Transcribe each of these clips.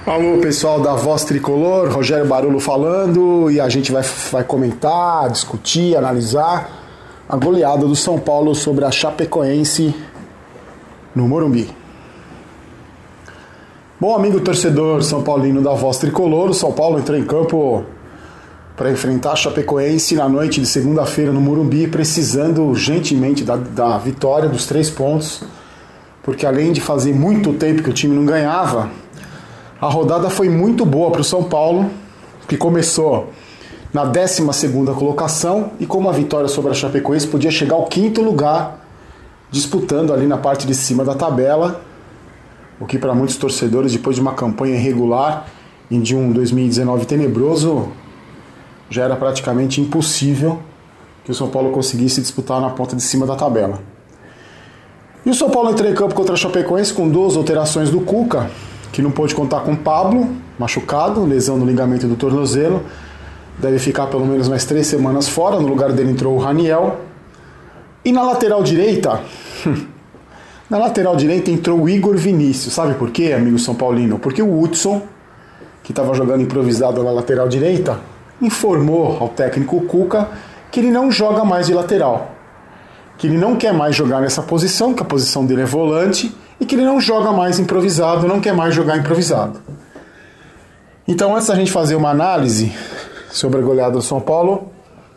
Alô, pessoal da Voz Tricolor, Rogério Barolo falando, e a gente vai comentar, discutir, analisar a goleada do São Paulo sobre a Chapecoense no Morumbi. Bom, amigo torcedor São Paulino da Voz Tricolor, o São Paulo entrou em campo para enfrentar a Chapecoense na noite de segunda-feira no Morumbi, precisando urgentemente da vitória dos 3 pontos, porque além de fazer muito tempo que o time não ganhava, a rodada foi muito boa para o São Paulo, que começou na 12ª colocação e com uma vitória sobre a Chapecoense podia chegar ao 5º lugar, disputando ali na parte de cima da tabela, o que para muitos torcedores, depois de uma campanha irregular e de um 2019 tenebroso, já era praticamente impossível que o São Paulo conseguisse disputar na ponta de cima da tabela. E o São Paulo entrou em campo contra a Chapecoense com 2 alterações do Cuca, que não pôde contar com o Pablo, machucado, lesão no ligamento do tornozelo, deve ficar pelo menos mais 3 semanas fora, no lugar dele entrou o Raniel. E na lateral direita, entrou o Igor Vinícius, sabe por quê, amigo São Paulino? Porque o Hudson, que estava jogando improvisado na lateral direita, informou ao técnico Cuca que ele não joga mais de lateral, que ele não quer mais jogar nessa posição, que a posição dele é volante, e que ele não joga mais improvisado, não quer mais jogar improvisado. Então, antes da gente fazer uma análise sobre a goleada do São Paulo,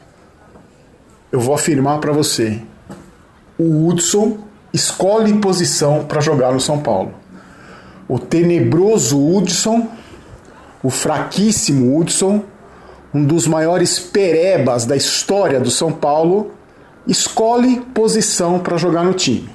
eu vou afirmar para você: o Hudson escolhe posição para jogar no São Paulo. O tenebroso Hudson, o fraquíssimo Hudson, um dos maiores perebas da história do São Paulo, escolhe posição para jogar no time.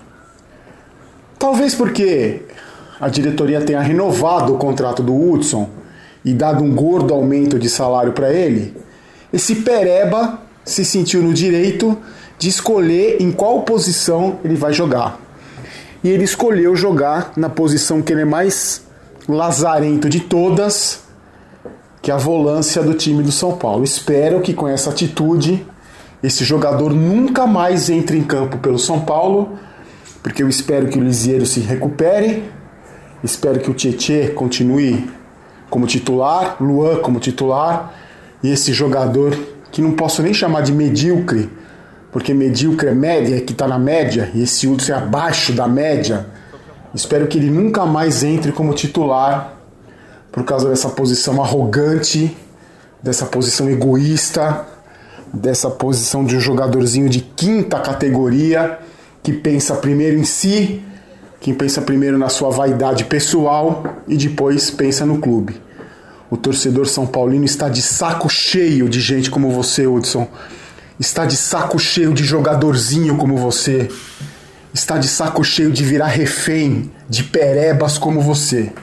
Talvez porque a diretoria tenha renovado o contrato do Hudson e dado um gordo aumento de salário para ele, esse pereba se sentiu no direito de escolher em qual posição ele vai jogar. E ele escolheu jogar na posição que ele é mais lazarento de todas, que é a volância do time do São Paulo. Espero que com essa atitude esse jogador nunca mais entre em campo pelo São Paulo, porque eu espero que o Lisieiro se recupere, espero que o Tietê continue como titular, Luan como titular, e esse jogador, que não posso nem chamar de medíocre, porque medíocre é média, que está na média, e esse Hudson é abaixo da média, espero que ele nunca mais entre como titular, por causa dessa posição arrogante, dessa posição egoísta, dessa posição de um jogadorzinho de 5ª categoria, que pensa primeiro em si, que pensa primeiro na sua vaidade pessoal e depois pensa no clube. O torcedor São Paulino está de saco cheio de gente como você, Hudson. Está de saco cheio de jogadorzinho como você. Está de saco cheio de virar refém de perebas como você.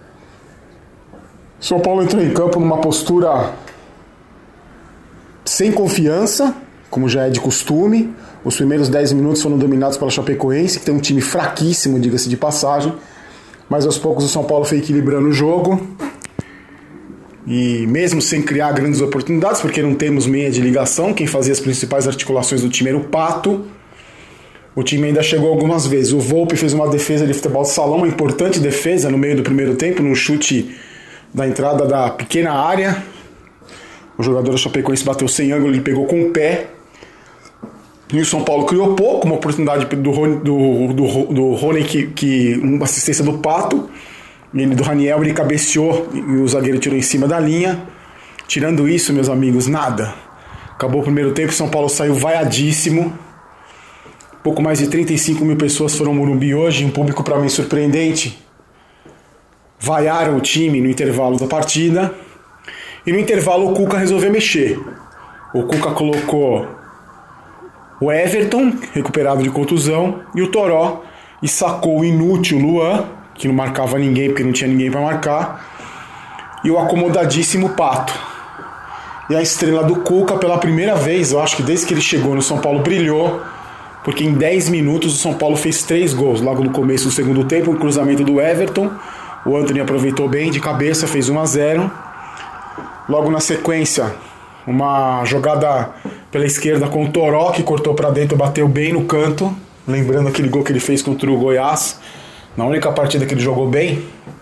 São Paulo entrou em campo numa postura sem confiança, como já é de costume. Os primeiros 10 minutos foram dominados pela Chapecoense, que tem um time fraquíssimo, diga-se de passagem. Mas aos poucos o São Paulo foi equilibrando o jogo. E mesmo sem criar grandes oportunidades, porque não temos meia de ligação, quem fazia as principais articulações do time era o Pato. O time ainda chegou algumas vezes. O Volpi fez uma defesa de futebol de salão, uma importante defesa no meio do primeiro tempo, num chute da entrada da pequena área. O jogador da Chapecoense bateu sem ângulo, ele pegou com o pé. E o São Paulo criou pouco, uma oportunidade do Rony, que uma assistência do Pato, ele do Raniel, ele cabeceou e o zagueiro tirou em cima da linha. Tirando isso, meus amigos, nada. Acabou o primeiro tempo, o São Paulo saiu vaiadíssimo. Pouco mais de 35 mil pessoas foram ao Morumbi hoje, um público para mim surpreendente. Vaiaram o time no intervalo da partida. E no intervalo o Cuca resolveu mexer. O Cuca colocou o Everton, recuperado de contusão, e o Toró, e sacou o inútil Luan, que não marcava ninguém porque não tinha ninguém para marcar, e o acomodadíssimo Pato. E a estrela do Cuca, pela primeira vez, eu acho que desde que ele chegou no São Paulo, brilhou, porque em 10 minutos o São Paulo fez 3 gols, logo no começo do segundo tempo, um cruzamento do Everton, o Antony aproveitou bem, de cabeça, fez 1-0, logo na sequência, uma jogada pela esquerda com o Toró, que cortou para dentro, bateu bem no canto, lembrando aquele gol que ele fez contra o Goiás, na única partida que ele jogou bem.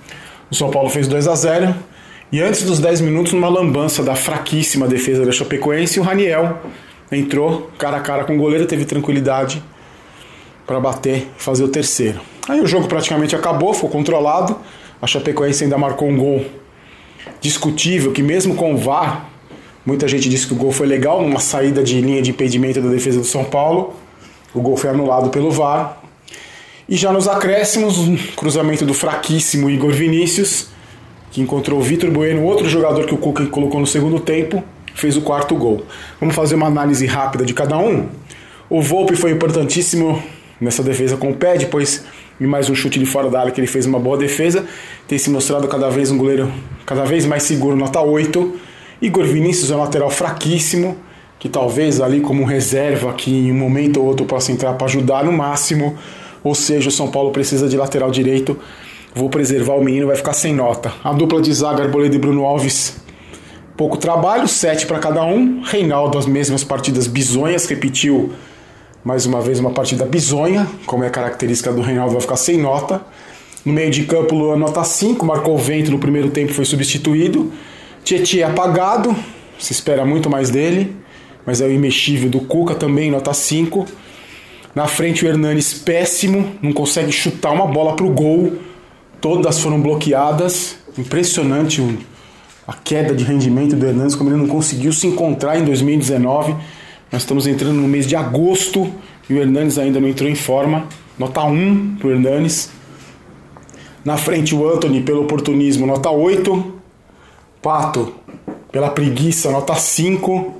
O São Paulo fez 2-0 e antes dos 10 minutos, numa lambança da fraquíssima defesa da Chapecoense, o Raniel entrou cara a cara com o goleiro, teve tranquilidade para bater e fazer o terceiro. Aí o jogo praticamente acabou, ficou controlado. A Chapecoense ainda marcou um gol discutível, que mesmo com o VAR, muita gente disse que o gol foi legal, numa saída de linha de impedimento da defesa do São Paulo. O gol foi anulado pelo VAR. E já nos acréscimos, um cruzamento do fraquíssimo Igor Vinícius, que encontrou o Vitor Bueno, outro jogador que o Cuca colocou no segundo tempo, fez o quarto gol. Vamos fazer uma análise rápida de cada um. O Volpi foi importantíssimo nessa defesa com o pé, depois em mais um chute de fora da área que ele fez uma boa defesa, tem se mostrado cada vez um goleiro cada vez mais seguro, nota 8. Igor Vinícius é um lateral fraquíssimo, que talvez ali como reserva, que em um momento ou outro possa entrar para ajudar no máximo, ou seja, o São Paulo precisa de lateral direito, vou preservar o menino, vai ficar sem nota. A dupla de zaga, Arboleda e Bruno Alves, pouco trabalho, 7 para cada um. Reinaldo, as mesmas partidas bizonhas, repetiu mais uma vez uma partida bizonha, como é característica do Reinaldo, vai ficar sem nota. No meio de campo, Luan, nota 5, marcou o vento no primeiro tempo, foi substituído. Tietê apagado, se espera muito mais dele, mas é o imexível do Cuca também, nota 5. Na frente o Hernanes péssimo, não consegue chutar uma bola para o gol, todas foram bloqueadas, impressionante a queda de rendimento do Hernanes, como ele não conseguiu se encontrar em 2019, nós estamos entrando no mês de agosto e o Hernanes ainda não entrou em forma, nota 1 para o Hernanes. Na frente o Antony pelo oportunismo, nota 8, Pato pela preguiça, nota 5.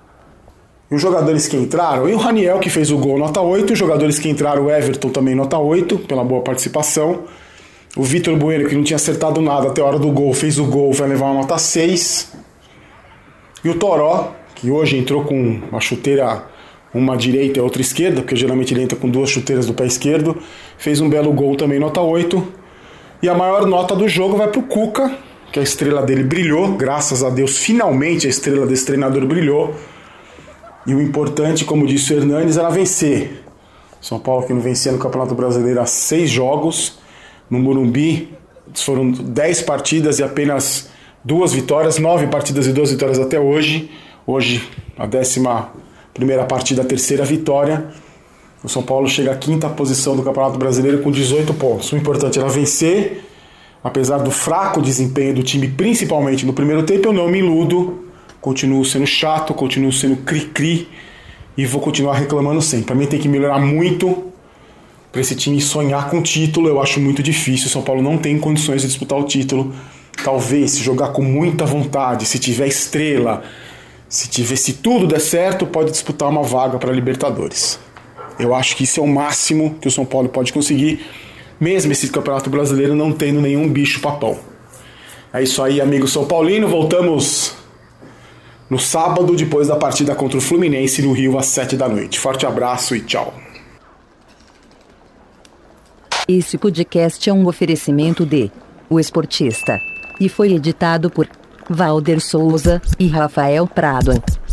E os jogadores que entraram, e o Raniel que fez o gol, nota 8. Os jogadores que entraram, o Everton também, nota 8, pela boa participação. O Vitor Bueno, que não tinha acertado nada até a hora do gol, fez o gol, vai levar uma nota 6. E o Toró, que hoje entrou com uma chuteira, uma direita e outra esquerda, porque geralmente ele entra com duas chuteiras do pé esquerdo, fez um belo gol também, nota 8. E a maior nota do jogo vai para o Cuca, que a estrela dele brilhou, graças a Deus, finalmente a estrela desse treinador brilhou. E o importante, como disse o Hernanes, era vencer. São Paulo que não vencia no Campeonato Brasileiro há 6 jogos. No Morumbi foram 10 partidas e apenas 2 vitórias, 9 partidas e 2 vitórias até hoje. Hoje a 11ª partida, a 3ª vitória. O São Paulo chega à 5ª posição do Campeonato Brasileiro com 18 pontos. O importante era vencer. Apesar do fraco desempenho do time, principalmente no primeiro tempo, eu não me iludo. Continuo sendo chato, continuo sendo cri-cri e vou continuar reclamando sempre. Para mim tem que melhorar muito para esse time sonhar com o título. Eu acho muito difícil. O São Paulo não tem condições de disputar o título. Talvez, se jogar com muita vontade, se tiver estrela, se tudo der certo, pode disputar uma vaga para a Libertadores. Eu acho que isso é o máximo que o São Paulo pode conseguir, mesmo esse Campeonato Brasileiro não tendo nenhum bicho papão. É isso aí, amigo São Paulino. Voltamos no sábado, depois da partida contra o Fluminense no Rio, às 7 da noite. Forte abraço e tchau. Esse podcast é um oferecimento de O Esportista e foi editado por Valder Souza e Rafael Prado.